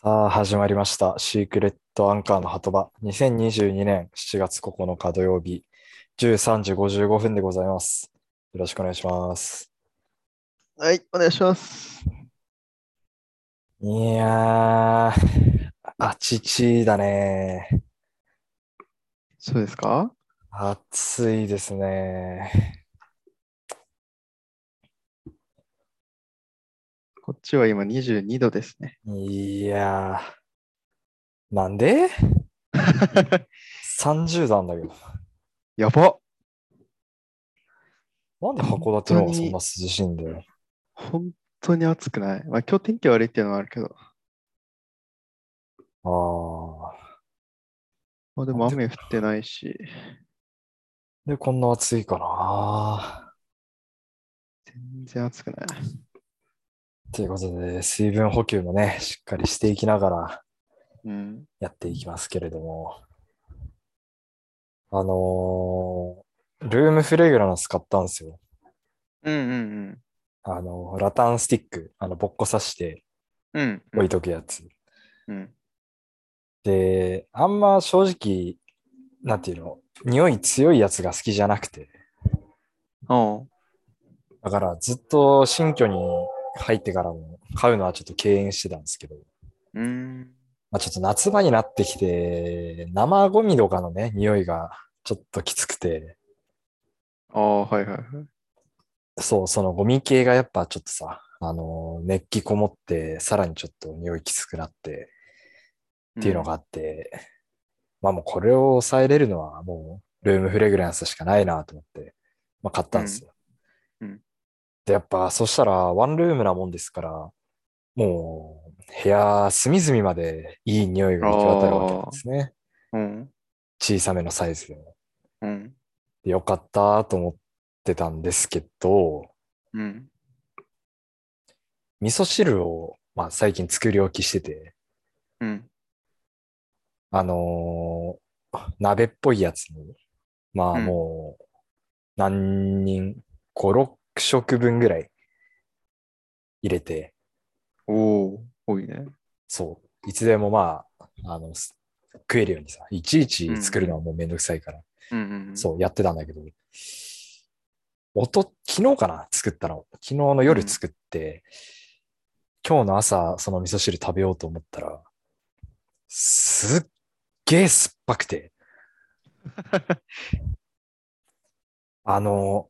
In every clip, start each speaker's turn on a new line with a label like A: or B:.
A: さあ、始まりました。シークレットアンカーの鳩場。2022年7月9日土曜日、13時55分でございます。よろしくお願いします。
B: はい、お願いします。
A: いやー、あちちだね。
B: そうですか？
A: 暑いですね。
B: こっちは今22度ですね。
A: いやなんで ?30 度なんだけど。
B: やば。
A: なんで
B: 本
A: 函館の方がそんな
B: 当に、
A: 涼しいんだよ。
B: 本当に暑くない。まあ今日天気悪いっていうのはあるけど。
A: あー、
B: まあで
A: なんで、
B: も雨降ってないし、
A: こんな暑いかな。
B: 全然暑くない。
A: ということで、水分補給もね、しっかりしていきながら
B: うん。
A: やっていきますけれども、あのルームフレグランス買ったんですよ。
B: うんうん
A: ラタンスティック、ボッコ刺して
B: うん。うん
A: 置い
B: うん
A: とくやつ。
B: うん。
A: で、あんま正直、なんていうの、匂い強いやつが好きじゃなくて、
B: おう。
A: だからずっと新居に入ってからも買うのはちょっと敬遠してたんですけど、
B: うーん。
A: まあ、ちょっと夏場になってきて、生ゴミとかのね、匂いがちょっときつくて、
B: ああ、はいはいはい。
A: そう、そのゴミ系がやっぱちょっとさ、熱気こもって、さらにちょっと匂いきつくなってっていうのがあ
B: うん。
A: って、まあもうこれを抑えれるのはもうルームフレグランスしかないなと思って、まあ買っ
B: うん。
A: たんですよ。
B: うん。
A: で、やっぱそしたらワンルームなもんですから、もう部屋隅々までいい匂いが
B: あ
A: 行き渡るわけなんで
B: あ。
A: すね。
B: うん。
A: 小さめのサイズでも。
B: うん。
A: でよかったと思ってたんですけど、
B: うん。
A: 味噌汁を、まあ、最近作り置きしてて、
B: うん。
A: 鍋っぽいやつに、まあ
B: うん。
A: もう何人、5、6食分ぐらい入れて、
B: おお、多いね。
A: そう、いつでもまあ、食えるようにさ、いちい
B: うん
A: ち作るのは
B: うん。
A: もうめんどくさいから、
B: うんうん
A: そう、やってたんだけど、昨日かな作ったの。昨日の
B: うん。うん。
A: 夜作って、今日の朝、その味噌汁食べようと思ったら、すっげえ酸っぱくて、あの、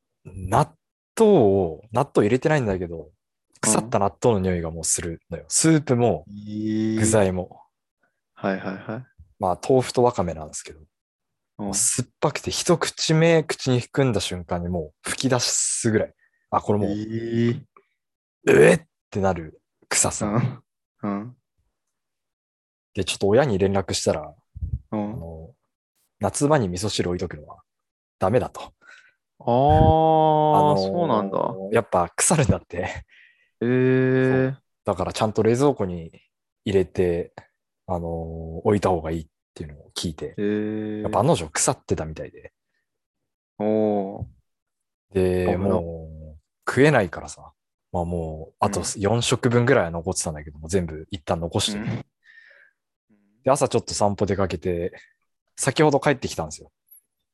A: 納豆入れてないんだけど、腐った
B: うん。
A: 納豆の匂いがもうするのよ。スープも具
B: ええ、
A: 材も。
B: はいはいはい。
A: まあ、豆腐とわかめなんですけど、も
B: うん。
A: う酸っぱくて一口目口に含んだ瞬間にもう吹き出すぐらい。あ、これも
B: ええ、
A: う、えってなる臭さ。
B: うん。うん。
A: で、ちょっと親に連絡したら、
B: うん。
A: あの、夏場に味噌汁置いとくのはダメだと。
B: ああ、そうなんだ。
A: やっぱ腐るんだって。そう。
B: ええ、
A: だからちゃんと冷蔵庫に入れて、置いた方がいいっていうのを聞いて、やっぱ
B: ええ、
A: 案の定腐ってたみたいで。
B: おー、
A: で、
B: 危な。
A: もう食えないからさ、まあもう、あと
B: うん。
A: 4食分ぐらいは残ってたんだけども、全部一旦残しといて。
B: うん。
A: で、朝ちょっと散歩出かけて、先ほど帰ってきたんですよ。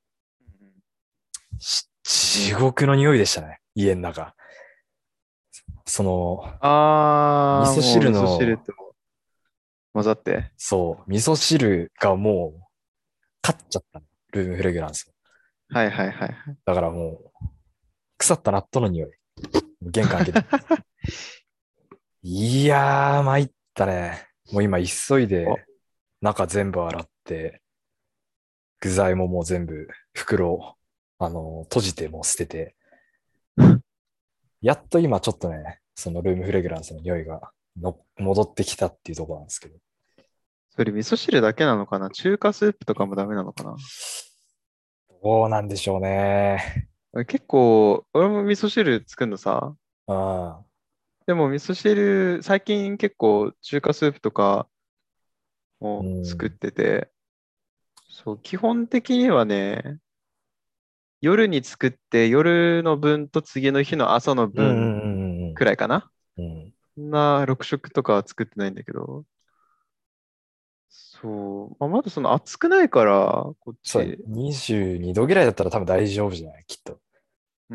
A: 地獄の匂いでしたね、家の中。その、味
B: ああ、
A: 噌汁
B: もう味噌汁
A: の、
B: と混ざって。
A: そう、味噌汁がもう、勝っちゃったの。ルームフレグランス。
B: はいはいはいはい。
A: だからもう、腐った納豆の匂い。玄関開けて。いやー、参ったね。もう今急い
B: あ、
A: で中全部洗って、具材ももう全部袋、閉じてもう捨てて、やっと今ちょっとね、そのルームフレグランスの匂いが戻ってきたっていうところなんですけど。
B: それ味噌汁だけなのかな？中華スープとかもダメなのかな？
A: どうなんでしょうね。
B: 結構、俺も味噌汁作るのさ。
A: うん。
B: でも味噌汁、最近結構中華スープとか
A: う
B: を作っ
A: ん。
B: てて、そう、基本的にはね、夜に作って夜の分と次の日の朝の
A: うんう
B: 分
A: んうん
B: くらいかな。
A: うんうん。
B: そんな6食とかは作ってないんだけど、 そう。まあ、まだその暑くないから、こっ
A: そう、
B: ち。
A: 22度ぐらいだったら多分大丈夫じゃないきっと。
B: うん。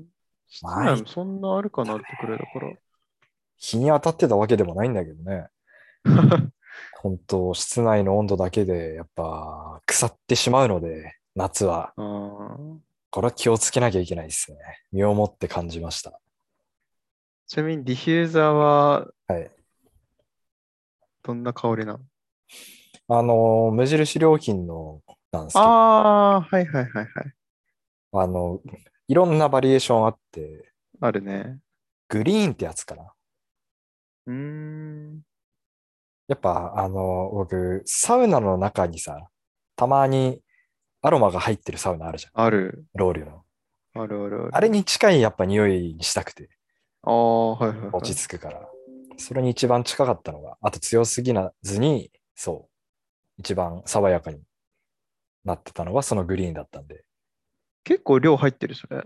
B: 室
A: まあ、
B: 内もそんなあるかなってくらいだから。
A: 日に当たってたわけでもないんだけどね。本当、室内の温度だけでやっぱ腐ってしまうので、夏は。
B: あー、
A: これは気をつけなきゃいけないですね。身をもって感じました。
B: ちなみにディフューザーは
A: はい。
B: どんな香りなの？
A: 無印良品のなんですけど、
B: ああー、はいはいはいはい。
A: あの、いろんなバリエーションあって、
B: あるね。
A: グリーンってやつかな。
B: うーん。
A: やっぱ、僕、サウナの中にさ、たまにアロマが入ってるサウナあるじゃん。
B: ある。
A: ロウリュの。
B: あるあるあ
A: あれ
B: る。
A: に近いやっぱ匂いにしたくて、
B: ああ、はいはいは
A: 落ち
B: い。
A: 着くから。それに一番近かったのが、あと強すぎなずに、そう、一番爽やかになってたのはそのグリーンだったんで。
B: 結構量入ってる、それ。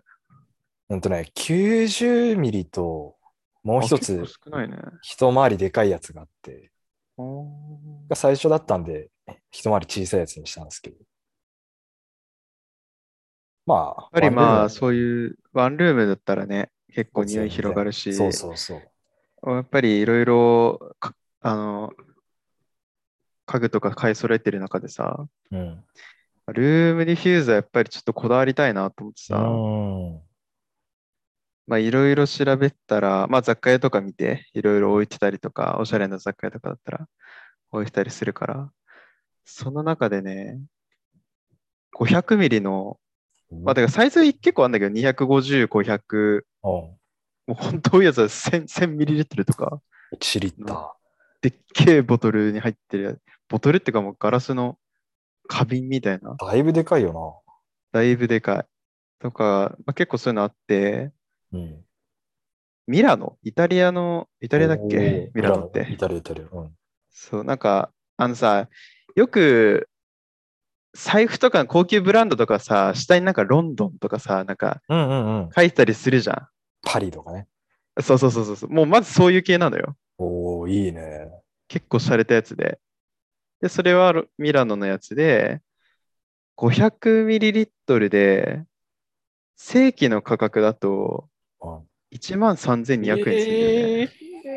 A: 90ミリと、もう
B: あ、結構
A: 一つ、
B: 少ないね。
A: 一回りでかいやつがあって、
B: あー、
A: が最初だったんで、一回り小さいやつにしたんですけど。まあ、
B: ぱり
A: ワンルーム、
B: まあ、そういうワンルームだったらね、結構
A: そう
B: 匂い広が
A: 全然。
B: る
A: そう
B: し、
A: そうそ
B: やっぱりいろいろ家具とか買い揃えてる中でさ、
A: う。うん。
B: ルームディフューザーやっぱりちょっとこだわりたいなと思って
A: うー
B: さ、
A: ん。
B: まあいろいろ調べたら、まあ雑貨屋とか見て、いろいろ置いてたりとか、おしゃれな雑貨屋とかだったら置いてたりするから、その中でね、500ミリの、まあだからサイズ結構あるんだけど、250、500、
A: お
B: もう本当多いやつは1000ミリリットルとか
A: 1リッタ
B: の
A: ー。
B: でっけえボトルに入ってるやつ、ボトルっていうかもうガラスの花瓶みたいな、
A: だいぶでかいよ
B: だいぶでかい。とか、まあ、結構そういうのあって、
A: な。うん。
B: ミラノ、イタリアだっけ
A: おー、
B: ミ
A: ミラノ、イ
B: ラノって。
A: タリア、イタリア。うん。
B: そう、なんか、よく財布とか高級ブランドとかさ、下になんかロンドンとかさ、なんか
A: うんうんうん。
B: 書いてたりするじゃ
A: パリとかね。
B: ん。そうそうそうそうそう。もうまずそういう系なのよ。
A: おー、いいね。
B: 結構洒落たやつで。で、それはミラノのやつで、500ミリリットルで、正規の価格だと
A: うん。
B: 13,200円するんだよね。
A: え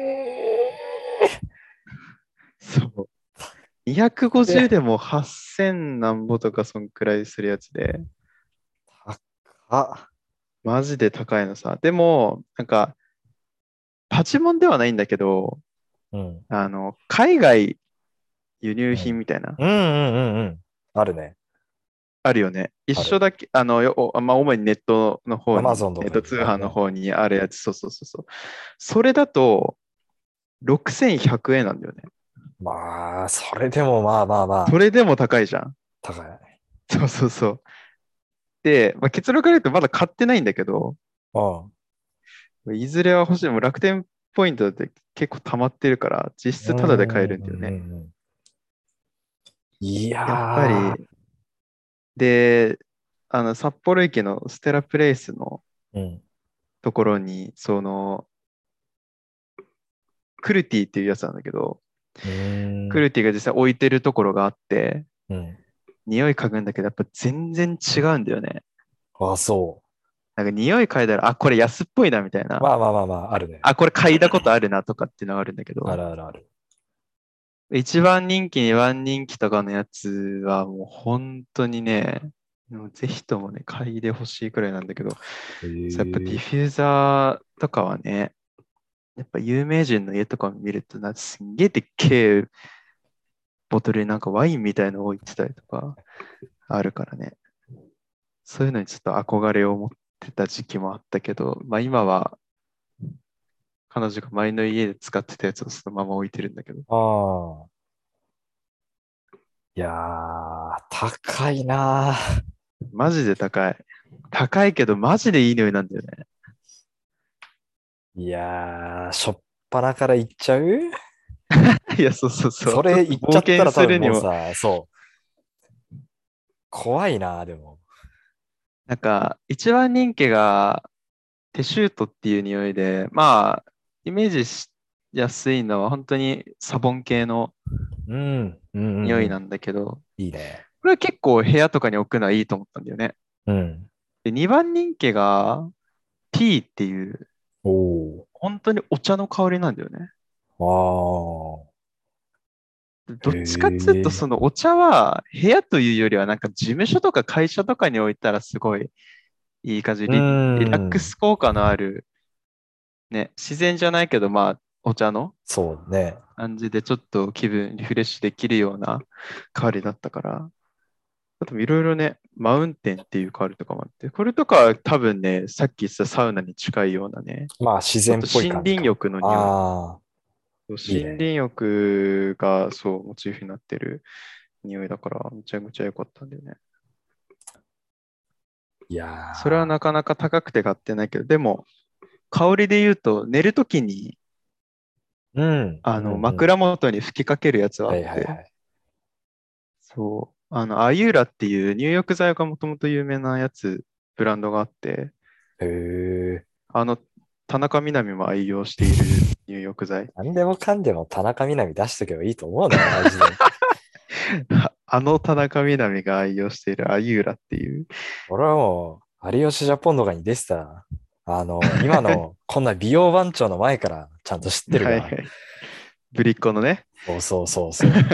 B: そう。250
A: え
B: でも8000なんぼとかそんくらいするやつで、
A: 高っ。
B: マジで高いのさ。でも、なんか、パチモンではないんだけど、
A: うん。
B: 海外輸入
A: うん。
B: 品みたいな、
A: うんうんうんうん。あるね。
B: あるよね。一
A: ある。
B: 緒だけ、まあ、主にネットの方に、
A: アマゾンとかに
B: ネット通
A: あるね。
B: 販の方にあるやつ、そうそうそうそう。それだと、6100円なんだよね。
A: まあ、それでもまあまあまあ、
B: それでも高いじゃん。
A: 高い。
B: そうそうそう。で、まあ、結論から言うとまだ買ってないんだけど、
A: うん。
B: いずれは欲しい。もう楽天ポイントって結構溜まってるから、実
A: う
B: 質タダで買え
A: んうん
B: るんだよね。
A: うんうん。い
B: やっぱ
A: や
B: り、で、札幌駅のステラプレイスの
A: ー、うん。
B: ところに、クルティっていうやつなんだけど、
A: うーん。
B: クルティが実際置いてるところがあって、
A: うん。
B: 匂い嗅ぐんだけど、やっぱ全然違うんだよね。
A: あ、そ
B: なんか匂い嗅いだら、あ、これ安っぽいなみたい
A: う。
B: な。
A: まあまあまあまあ、あるね。
B: あ、これ嗅いだことあるなとかっていうのがあるんだけ
A: あ
B: ど、
A: るあるある。
B: 一番人気、二番人気とかのやつはもう本当にね、もうぜひともね、嗅いでほしいくらいなんだけど、
A: へ
B: そうやっぱディ
A: え。
B: フューザーとかはね、やっぱ有名人の家とか見るとすんげえでっけえボトルになんかワインみたいの置いてたりとかあるからね。そういうのにちょっと憧れを持ってた時期もあったけど、まあ今は彼女が前の家で使ってたやつをそのまま置いてるんだけど、
A: ああ。いやー、高いなー。
B: マジで高い。高いけどマジでいい匂いなんだよね。
A: いやー、しょっぱなから行っちゃう。
B: いや、そうそうそう。
A: そ
B: ちょっ
A: れ行っちゃ
B: と冒険
A: ったら多分
B: するにも、
A: もうさ、そう、怖いなー、でも。
B: なんか一番人気がテシュートっていう匂いで、まあ、イメージしやすいのは本当にサボン系の
A: うん。うんうんうん。
B: 匂いなんだけど、
A: いいね。
B: これは結構部屋とかに置くのはいいと思ったんだよね。
A: うん。
B: で、2番人気が T っていう、
A: お
B: 本当にお茶の香りなんだよね。
A: ー。ああ。へ
B: どっちかっていうと、
A: え。
B: そのお茶は部屋というよりはなんか事務所とか会社とかに置いたらすごいいい感じ、
A: う
B: リラック
A: ん。
B: ス効果のある、ね、自然じゃないけど、まあ、お茶の
A: そうね。
B: 感じでちょっと気分リフレッシュできるような香りだったから、あといろいろね、マウンテンっていう香りとかもあって、これとかは多分ね、さっき言ってたサウナに近いようなね、
A: まあ、自
B: ちょっと
A: 然っぽい感じか。
B: 森林浴の匂い。
A: ああ、いいね。
B: 森林浴がそうモチーフになってる匂いだから、めちゃくちゃ良かったんだよね。
A: いや
B: それは
A: ー。
B: なかなか高くて買ってないけど、でも、香りで言うと、寝るときに
A: うん。うんうん。
B: 枕元に吹きかけるやつがあ
A: は
B: って、
A: いはいはい。
B: そう、アユーラっていう入浴剤がもともと有名なやつ、ブランドがあって、
A: へえ。
B: あの、田中みな実も愛用している入浴剤。
A: なんでもかんでも田中みな実出しとけばいいと思うなよ、マジで。
B: あの田中みな実が愛用しているアユーラっていう。
A: 俺はもう、有吉ジャポンとかに出てたら、今のこんな美容番長の前からちゃんと知ってるから。
B: はいはい。ぶりっ子のね。
A: そうそうそうそう。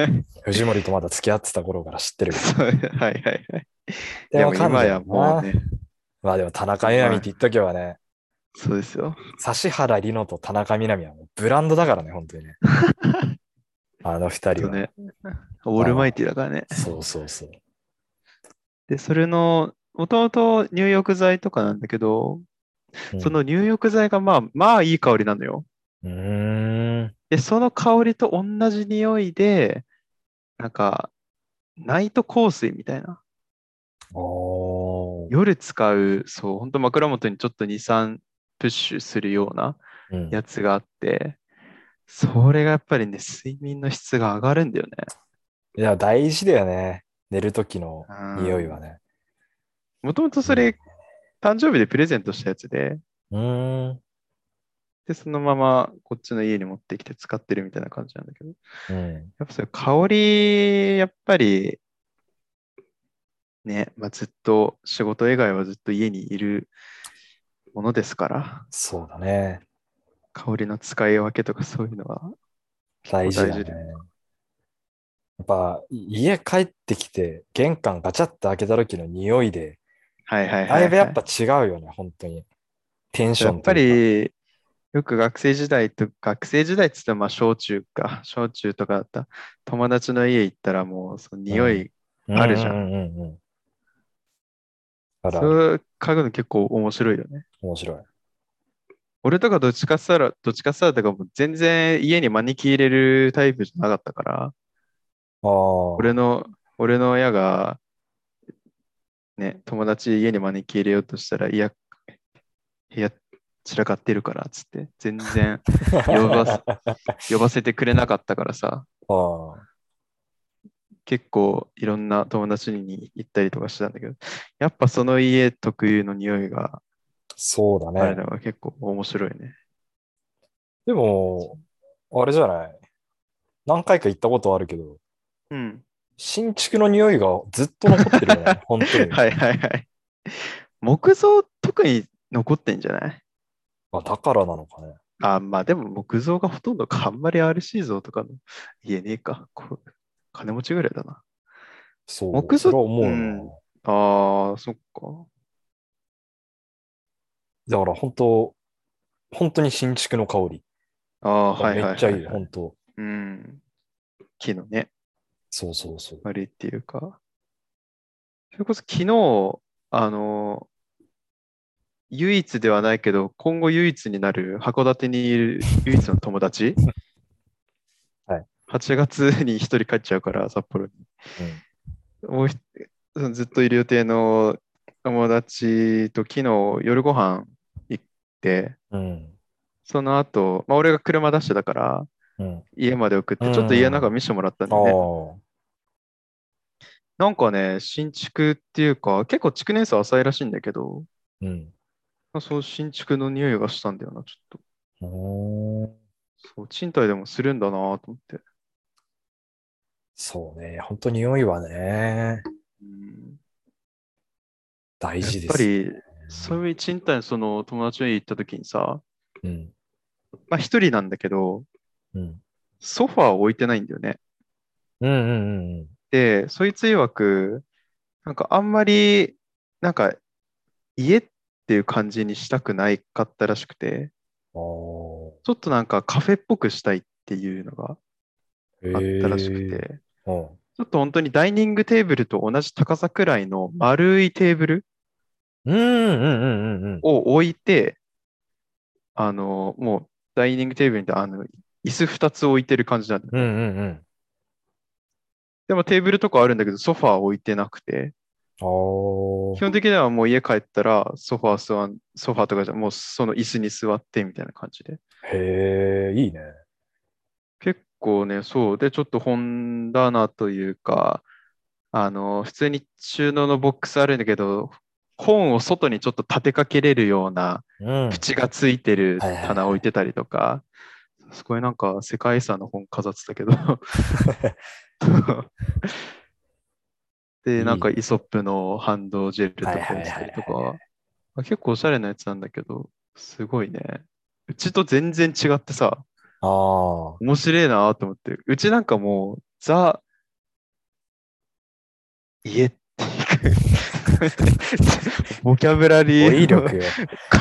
A: 藤森とまだ付き合ってた頃から知ってるから。
B: そうはいはいはい。いやもう
A: でもかん
B: 今や
A: でもな。
B: もうね、
A: まあでも田中みな実って
B: 今、
A: 言っとけばね、
B: そうですよ。
A: 指原莉乃と田中みな実はもうブランドだからね、本当にね。あの二人は。
B: とね、オールマイ
A: まあ、
B: ティだからね。
A: そうそうそう。
B: で、それの、もともと入浴剤とかなんだけど、
A: うん。
B: その入浴剤がまあいい香りなのよ。
A: うーん。
B: で、その香りと同じ匂いで、なんか、ナイト香水みたいな。
A: おー。
B: 夜使う、そう、本当枕元にちょっと2、3プッシュするような
A: うん。
B: やつがあって、それがやっぱりね、睡眠の質が上がるんだよね。
A: いや、大事だよね。寝るときの
B: うん。
A: 匂いはね。
B: もともと
A: いいね。
B: それ、誕生日でプレゼントしたやつで、
A: うーん。
B: で、そのままこっちの家に持ってきて使ってるみたいな感じなんだけど、
A: うん。
B: やっぱそれ香り、やっぱりね、ずっと仕事以外はずっと家にいるものですから、
A: そうだね。
B: 香りの使い分けとかそういうのは結構
A: 大事だ
B: 大事で。
A: ね。やっぱ、家帰ってきて、玄関ガチャッと開けた時の匂いで、
B: はいはい
A: だいぶやっぱ
B: はいはい。
A: 違うよね、本当に。テンショ
B: やっぱ
A: ンというか。
B: り、よく学生時代って言ったら小中か、小中とかだった友達の家行ったらもうその
A: うん。うん
B: 匂い
A: うん
B: あるじゃん。
A: うんうん。あるある。
B: そう嗅ぐの結構面白いよね。
A: 面白い。
B: 俺とかどっちかさとかもう全然家にマニキ入れるタイプじゃなかったから、
A: ああ。
B: 俺の、俺の親がね、友達家に招き入れようとしたら、いや、部屋散らかってるから、つって、全然呼ばせ、呼ばせてくれなかったからさ、
A: ああ。
B: 結構いろんな友達に行ったりとかしてたんだけど、やっぱその家特有の匂いが
A: そうだね。
B: あるのが結構面白いね。
A: でも、あれじゃない。何回か行ったことあるけど、
B: うん。
A: 新築の匂いがずっと残ってるよね。本当に。
B: はいはいはい。木造特に残ってんじゃない？
A: あ、だからなのかね。
B: まあでも木造がほとんどか、あんまり RC 像とかの家ねえか。金持ちぐらいだな。
A: そう、
B: 木造、
A: それは
B: うん。
A: 思うな。
B: そっか。
A: だから本当に新築の香り。
B: はいはい
A: めっちゃいい、
B: はいはい。
A: 本当。
B: うん。木のね、
A: そうそうそう。
B: あれっていうか。それこそ昨日、あの、唯一ではないけど、今後唯一になる函館にいる唯一の友達、
A: はい。
B: 8月に一人帰っちゃうから、札幌に。
A: うん。
B: もうそのずっといる予定の友達と昨日夜ご飯行って、
A: うん。
B: その後、俺が車出してたから、
A: うん。
B: 家まで送っ
A: う
B: て、ちょっと家の中
A: ん。
B: 見せてもらったん
A: あ
B: だよね。
A: あ。
B: なんかね、新築っていうか、結構築年数浅いらしいんだけど、
A: うん。
B: そう新築の匂いがしたんだよな、ちょっと。
A: うーん。
B: そう、賃貸でもするんだなと思って。
A: そうね。本当匂いはね、
B: うん、
A: 大
B: やっ
A: 事ですよ
B: ぱり、そういう賃貸のその友達の家行った時にさ、
A: ね。うん。
B: まあ一人なんだけど、
A: うん。
B: ソファーを置いてないんだよね。
A: うんうんうん
B: で、そいつ曰く、なんかあんまり、なんか家っていう感じにしたくないかったらしくて、
A: うん。あ
B: ちょっとなんかカフェっぽくしたいっていうのが
A: あ。
B: あったらしく
A: へえ。
B: て、
A: うん。
B: ちょっと本当にダイニングテーブルと同じ高さくらいの丸いテーブル
A: うんうんうんうん
B: を置いて、もうダイニングテーブルに椅子2つ置いてる感じなんだよ
A: うん。う
B: ね。
A: んうんうん。
B: でもテーブルとかあるんだけど、ソファー置いてなくて、
A: ああ。
B: 基本的にはもう家帰ったらソファーとかじゃもうその椅子に座ってみたいな感じで。
A: へえ、いいね。
B: 結構ね、そう。で、ちょっと本棚というか、普通に収納のボックスあるんだけど、本を外にちょっと立てかけれるような
A: うん。
B: 縁がついてる
A: はいはいはい。
B: 棚置いてたりとか、そこになんか世界遺産の本飾ってたけどで、なん
A: いいね。
B: かイソップのハンドジェル
A: はい
B: とか置いてた
A: はいはいはい。
B: りとか、結構おしゃれなやつなんだけど、すごいね。うちと全然違ってさ、
A: ああ。
B: 面白いなと思って。うちなんかもう、家っていうボキャブラリ
A: 語彙
B: ーの
A: 力よ。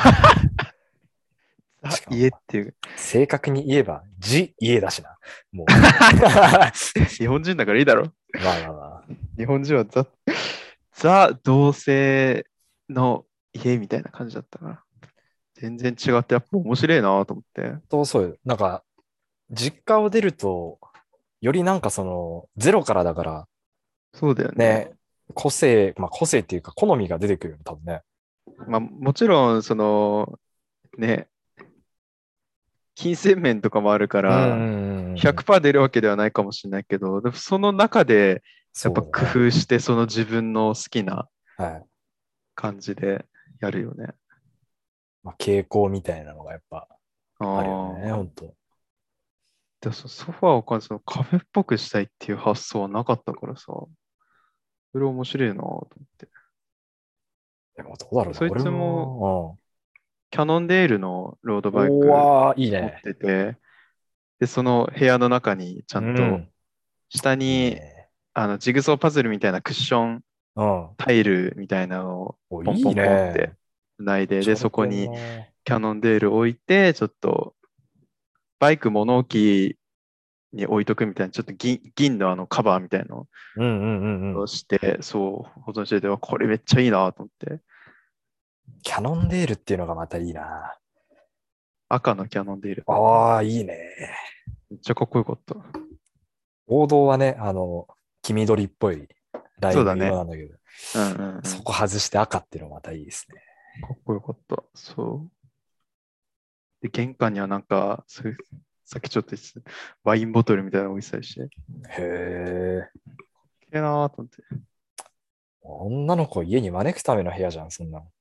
A: しかも、
B: 家っていう。
A: 正確に言えば、家だしな。もう。
B: 日本人だからいいだろ。
A: まあまあまあ。
B: 日本人は同性の家みたいな感じだったから。全然違って、やっぱ面白いなと思って。
A: そうよ。なんか、実家を出ると、よりなんかゼロからだから、
B: そうだよね。
A: ね、まあ個性っていうか好みが出てくるよ、多分ね。
B: まあ、もちろん、ね、金銭面とかもあるか
A: うん
B: ら、
A: うんうんうん。
B: 100%出るわけではないかもしれないけど、でもその中で、やっぱ工
A: そうだね。
B: 夫して、その自分の好きな
A: はい。
B: 感じでやるよね。
A: まあ、傾向みたいなのがやっぱ
B: あ
A: あるよね、
B: あ。
A: 本当。
B: ソファーをそのカフェっぽくしたいっていう発想はなかったからさ、それ面白いなと思って。
A: でもどうだろうな。
B: そい
A: 俺
B: つも
A: も、
B: キャノンデールのロード
A: うん。
B: バイク
A: いい
B: 持っ
A: ね。
B: てて、で、その部屋の中にちゃんと
A: うん。
B: 下
A: いい
B: に
A: ね。
B: ジグソーパズルみたいなクッション
A: うん。
B: タイルみたいなのをポンポ
A: いい
B: ンポンって
A: ね。
B: 繋いで、で、
A: ちゃれてん
B: そこに
A: な。
B: キャノンデール置いて、ちょっとバイク物置に置いとくみたいな、ちょっと銀のカバーみたいなの
A: うんうんうんうん。
B: をして、そう、保存してて、これめっちゃいいなと思って。
A: キャノンデールっていうのがまたいいな。
B: 赤のキャノンデールだった。
A: ああ、いいね。
B: めっちゃかっこよかった。
A: 王道はね、黄緑っぽいラインの
B: そうだね。
A: 色なんだけど、
B: うんうんうん。
A: そこ外して赤っていうのがまたいいですね。
B: かっこよかった。そう。で、玄関にはなんか、さっきちょっと言ってたワインボトルみたいなの置いてたりして、
A: へえ。
B: けえなーと思って。
A: 女の子を家に招くための部屋じゃん、そんなの。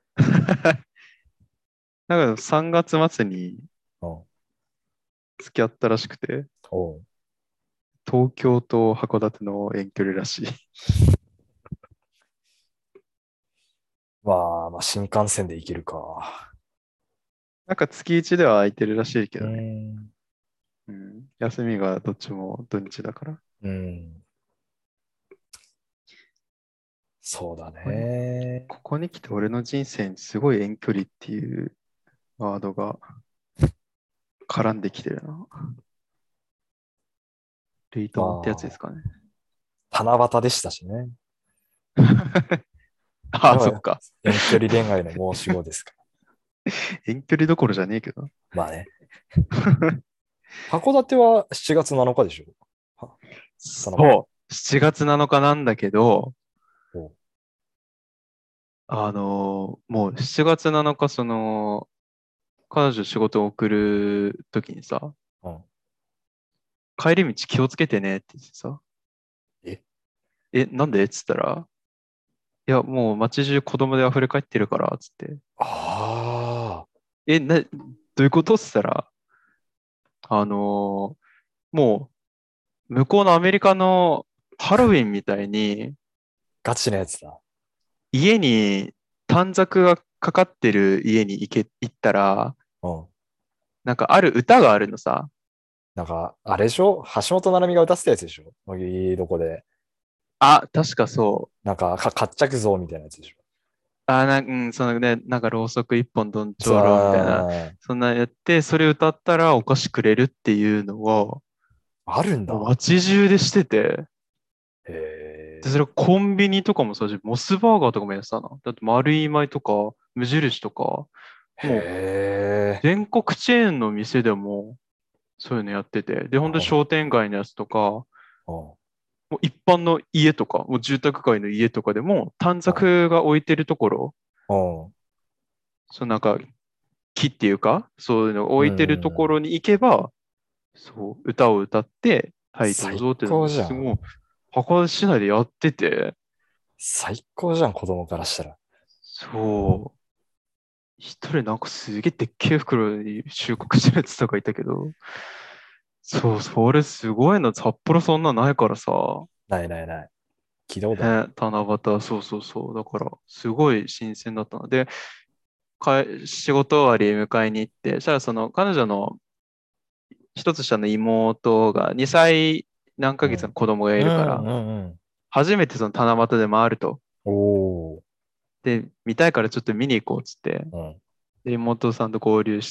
B: なんか3月末に
A: うん。
B: 付き合ったらしくて、
A: おう。
B: 東京と函館の遠距離らしい。
A: まあ、新幹線で行けるか。
B: なんか月1では空いてるらしいけ
A: うー
B: どね。
A: ん。
B: うん。休みがどっちも土日だから。
A: うん。そうだ
B: ここに、
A: ね。
B: ここに来て俺の人生にすごい遠距離っていうワードが絡んできてるな。レイトモンってやつで
A: ま
B: すかね。
A: あ、七夕でしたしね。
B: ああ、
A: あれは
B: そっか。
A: 遠距離恋愛の申し子ですか
B: 遠距離どころじゃねえけど。
A: ら。まあね。函館は7月7日でしょ。七夕。
B: そう。7月7日なんだけど、
A: おう。
B: もう7月7日、彼女仕事を送るときにさ、
A: うん。
B: 帰り道気をつけてねって言ってさ、
A: え
B: なんでっつったら、いや、もう街中子供で溢れ返ってるから、つって、
A: ああ
B: どういうことっつったら、 もう、向こうのアメリカのハロウィンみたいに、
A: ガチなやつだ。
B: 家に短冊がかかってる家に行ったら、
A: うん。
B: なんかある歌があるのさ。
A: なんか、あれでしょ橋本奈々美が歌ってたやつでしょ乃木どこで。
B: あ、確かそう。
A: なんか、活着像みたいなやつでしょ。
B: そのね、なんかろうそく一本どんちょうろみたいな、
A: さ
B: そんなやって、それ歌ったらお菓子くれるっていうのを、
A: あ、あるん
B: もう
A: だ。
B: 街中でしてて、
A: へ
B: で、それ
A: え。
B: コンビニとかもさ、モスバーガーとかもやってたな。だって丸い米とか、無印とか、
A: へ
B: もう
A: え。
B: 全国チェーンの店でもそういうのやってて、で、本当に商店街のやつとか、
A: うん。
B: もう一般の家とか、もう住宅街の家とかでも短
A: うん。
B: 冊が置いてるところ、
A: うん。
B: なんか木っていうか、そういうのが
A: う
B: 置いてるとこ
A: ん。
B: ろに行けば、そう、歌を歌って、はい、どう
A: 最
B: ぞっていうのも
A: 高じゃん。
B: すごい、博多市内でやってて、
A: 最高じゃん、子供からしたら。
B: そう、一人なんかすげえでっけえ袋に収穫してるやつとかいたけど、そう、それすごいな。札幌そんなないからさ、
A: ないないない。聞いたことない。
B: ね、七夕、そうそうそう。だから、すごい新鮮だったので、仕事終わり迎えに行って、そしたらその彼女の一つ下の妹が2歳何ヶ月の
A: うん。
B: 子供がいるから、
A: うんうんうん。
B: 初めてその七夕で回ると。
A: おー。
B: で、見たいからちょっと見に行こうっつって、
A: うん。
B: で、妹さんと合流して、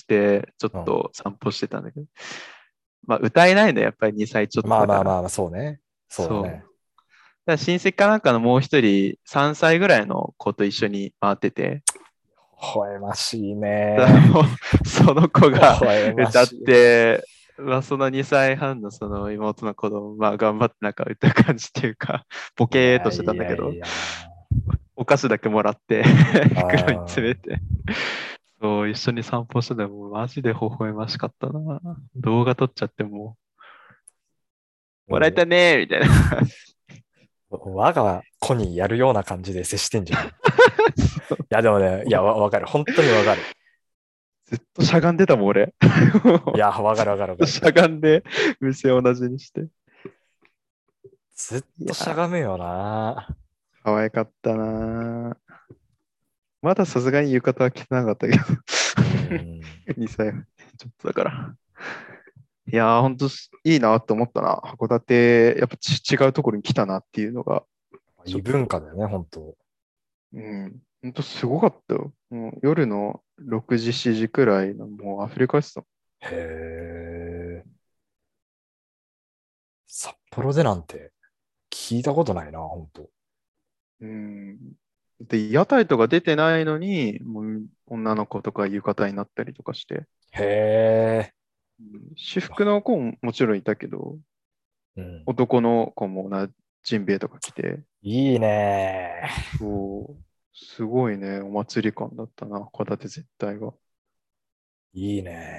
B: ちょっ
A: うん。
B: と散歩してたんだけど、まあ、歌えないの、やっぱり2歳ちょっとだから。
A: まあまあまあ、そうね。そうだ
B: そう。だ
A: ね。
B: から親戚かなんかのもう一人、3歳ぐらいの子と一緒に回ってて、
A: 微笑ましい
B: だから
A: ね。
B: もうその子
A: 微
B: が
A: 笑ま
B: 歌っ
A: しい。
B: て、まあ、その2歳半のその妹の子供、まあ、頑張ってなんか歌う感じっていうか、ボ
A: いや
B: ケーっとしてた
A: いやい
B: んだけど、
A: や。
B: お菓子だけもらって
A: あ
B: 袋に詰め
A: あ。
B: て、そう、一緒に散歩してたらもうマジで微笑ましかったな。動画撮っちゃってももらえ
A: も
B: たねーみたいな。
A: 我が子にやるような感じで接してんじゃん。いや、でもね、いや、わかる。本当にわかる。
B: ずっとしゃがんでたもん、俺。
A: いや、わかるわかるわかる。
B: しゃがんで、目線同じにして。
A: ずっとしゃ
B: いやー、
A: がむよな。
B: 可愛かったな。まださすがに浴衣は着てなかったけど。
A: うーん。
B: 2歳ちょっとだから。いやー、ほんといいなって思ったな。函館、やっぱ違うところに来たなっていうのが、ちょ
A: 異
B: っと、
A: 文化だよね、本当。
B: うん、ほんとすごかったよ。もう夜の6時、7時くらいのもう溢れ返ってたも
A: へえ。札幌でなんて聞いたことないな、本当。
B: ん。うん。で、屋台とか出てないのに、もう女の子とか浴衣になったりとかして、
A: へえ。
B: 私服の子ももちろんいたけど、
A: うん。
B: 男の子もジンベエとか着て、
A: いいね。
B: そう、すごいね、お祭り感だったな、函館絶対が。
A: いいね。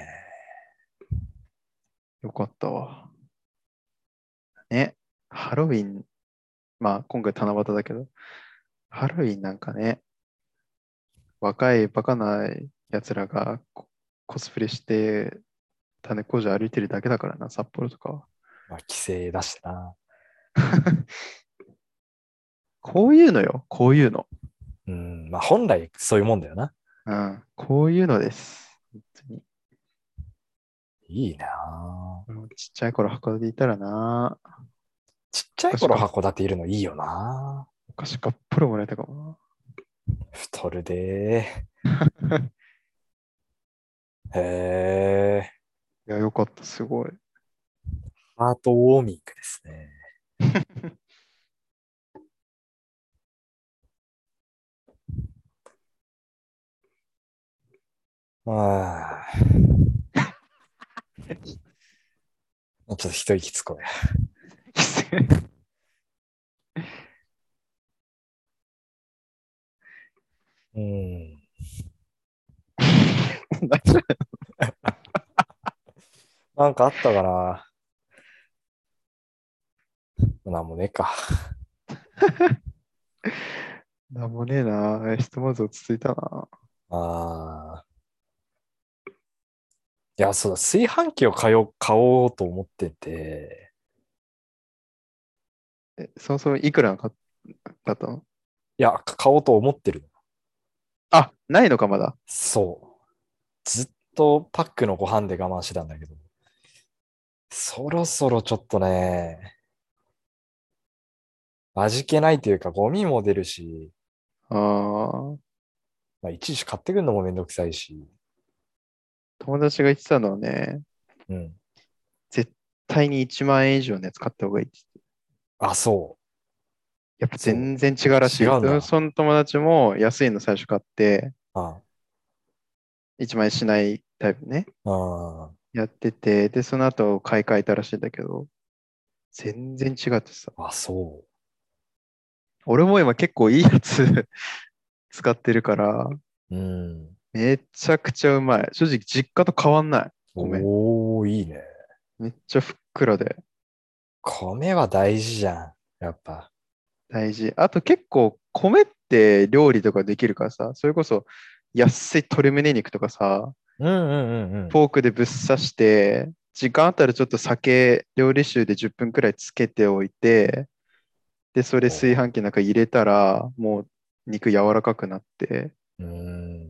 B: よかったわ。ね、ハロウィン、まあ今回七夕だけど、ハロウィンなんかね、若いバカなやつらがコスプレして種工場歩いてるだけだからな、札幌とかは。
A: まあ、規制出してな。
B: こういうのよ、こういうの。
A: うん。まあ、本来そういうもんだよな。
B: うん、こういうのです。本当に。
A: いいな。
B: ちっちゃい頃函館いたらな、
A: ちっちゃい
B: お菓子か、
A: 頃函館いるのいいよな。
B: お菓子かっぽりもらえたかも
A: 太るで
B: な。い
A: ー。へえ。
B: や、よかった、すごい。
A: ハートウォーミングですね。ああ。ちょっと一息つこうや。うん。なんかあったかな。なんもねえか。
B: なんもねえな。ひとまず落ち着いたな。
A: ああ。 いや、そうだ、炊飯器を買おうと思ってて、
B: そもそもいくらだったの？
A: いや、買おうと思ってる。
B: あ、ないのか、まだ。
A: そう。ずっとパックのご飯で我慢してたんだけど、そろそろちょっとね、味気ないというか、ゴミも出るし、
B: ああ、
A: まあ、いちいち買ってくるのもめんどくさいし、
B: 友達が言ってたのはね、
A: うん。
B: 絶対に1万円以上のやつ買った方がいいって。
A: あ、そう。
B: やっぱ
A: そ
B: 全然違うら
A: う。違
B: しい。
A: うんだ。
B: その友達も安いの最初買って、
A: あ
B: 1万円しないタイプね。
A: あ、
B: やってて、で、その後買い替えたらしいんだけど、全然違ってさ。
A: あ、そ
B: 俺も今結構いいやつ使ってるから、
A: う。うん。
B: めちゃくちゃうまい。正直実家と変わんない。米。
A: おー、いいね。
B: めっちゃふっくらで
A: 米は大事じゃん。やっぱ。
B: 大事。あと結構米って料理とかできるからさ、それこそ安い鶏胸肉とかさ、
A: うんうんうんうん。
B: フォークでぶっ刺して、時間あったらちょっと酒、料理酒で10分くらいつけておいて、で、それ炊飯器なんか入れたら、もう肉柔らかくなって、
A: うん。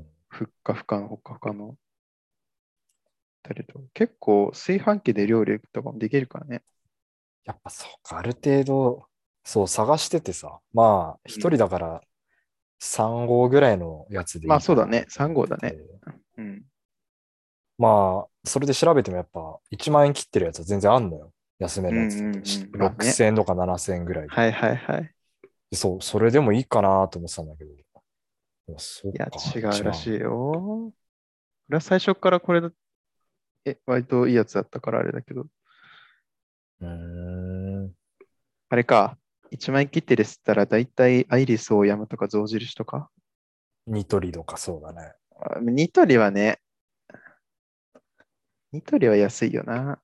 B: ふっかふかのほっかふかの。だけど、結構炊飯器で料理とかもできるからね。
A: やっぱそうか、ある程度、そう探しててさ、まあ、一人
B: うん。
A: だから3号ぐらいのやつで
B: ま
A: いいかな
B: あそうだね。3
A: と思っ
B: 号だね。
A: てて、
B: うん。
A: まあ、それで調べてもやっぱ1万円切ってるやつは全然あんのよ。安め
B: うん
A: のやつで。
B: うんうん。まあね。
A: 6000円とか7000円ぐらいで。
B: はいはいはい。
A: でそう、それでもいいかなと思ってたんだけど、そっ
B: いや、
A: か、
B: 違う
A: 1万。
B: らしいよ。俺は最初からこれだ、割といいやつだったからあれだけど。
A: うーん。
B: あれか。1万円切ってですったら、だいたいアイリスオーヤマとか象印とか。
A: ニトリとかそうだね。
B: ニトリはね、ニトリは安いよな。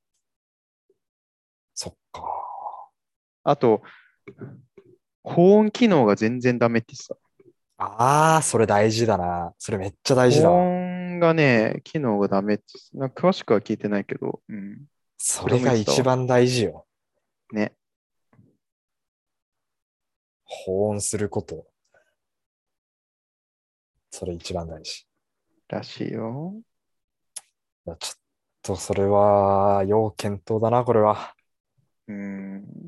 A: そっか。
B: あと、保温機能が全然ダメってさ。
A: ああ、それ大事だな。それめっちゃ大事だ
B: 保
A: わ。
B: 温がね、機能がダメって、なんか詳しくは聞いてないけど、うん。
A: それ
B: それも言ってたわ。
A: が一番大事よ。
B: ね。
A: 保温すること。それ一番大事。
B: らしいよ。
A: いやちょっとそれは、要検討だな、これは。
B: うん。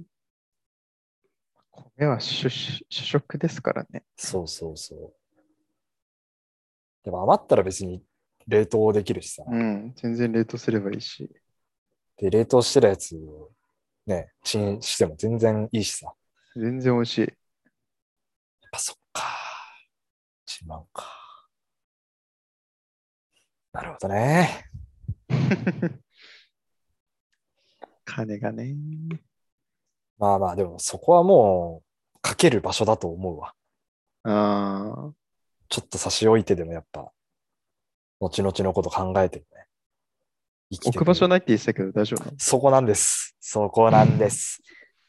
B: 米は主食ですからね。
A: そうそうそう。でも余ったら別に冷凍できるしさ。
B: うん。全然冷凍すればいいし。
A: で、冷凍してるやつをね、チンしても全然いいしさ。やっ
B: 全然美味しい。
A: ぱそっか。1万か。なるほどね。
B: 金がね。
A: まあまあ、でもそこはもう、かける場所だと思うわ。
B: ああ、
A: ちょっと差し置いてでもやっぱ、後々のこと考えてね、生きて
B: 置く場所
A: く。
B: ないって言ってたけど大丈夫なの？
A: そこなんです。そこなんです。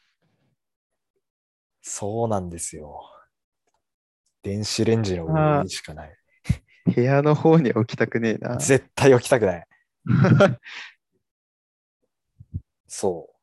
A: そうなんですよ。電子レンジの上
B: あ
A: にしかない。
B: あ、部屋の方に置きたくねえな。
A: 絶対置きたくない。そう。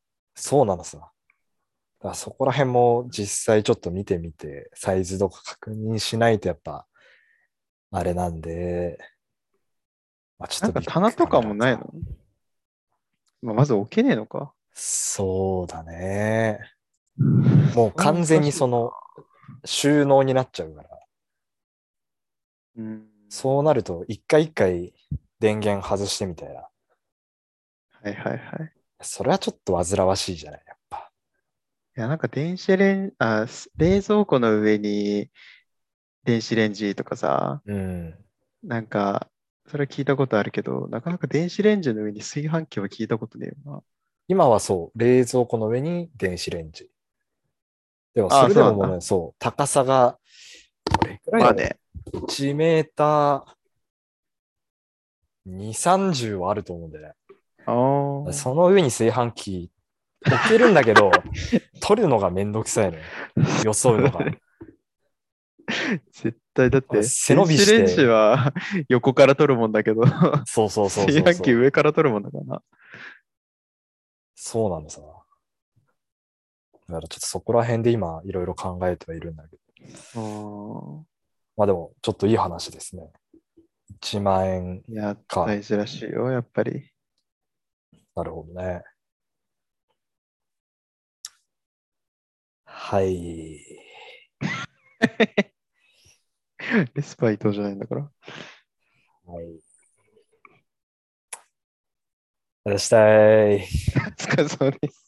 A: そうなのさ。だからそこら辺も実際ちょっと見てみて、サイズとか確認しないとやっぱ、あれなんで、まあ、ちょっ
B: なんか
A: とビッグカメ
B: 棚とかも
A: ラか。
B: ないの？まあ、まず置けねえのか。
A: そうだね。もう
B: それは
A: 完全
B: 難しいな。
A: にその収納になっちゃうから。
B: うん。
A: そうなると、一回一回電源外してみたいな。
B: はいはいはい。
A: それはちょっと煩わしいじゃない、やっぱ。
B: いや、なんか電子レン、あ、冷蔵庫の上に電子レンジとかさ、
A: うん。
B: なんか、それ聞いたことあるけど、なかなか電子レンジの上に炊飯器は聞いたことねえよ
A: 今はそう、冷蔵庫の上に電子レンジ。でも、
B: な。ああ、
A: それ
B: そうなんだ。
A: でももうね、そう、高さが、どれくらいだろ
B: まあね。
A: う。1メーター2、30はあると思うんでね。
B: ああ。
A: その上に炊飯器置けるんだけど、取るのがめんどくさいのよ。よそうのが。
B: 絶対だって
A: 背伸
B: 電子レン
A: びして、
B: ジは横から取るもんだけど、
A: そうそうそう
B: 炊飯器
A: そうそう。
B: 上から取るもんだからな。
A: そうなんですよ。だからちょっとそこら辺で今いろいろ考えてはいるんだけど。
B: うん。
A: まあでもちょっといい話ですね。1万円
B: いや、
A: か。
B: 大事らしいよ、やっぱり。
A: なるほどね。はい。
B: レスパイトじゃないんだから。
A: はい。出したい。
B: お疲れ様です。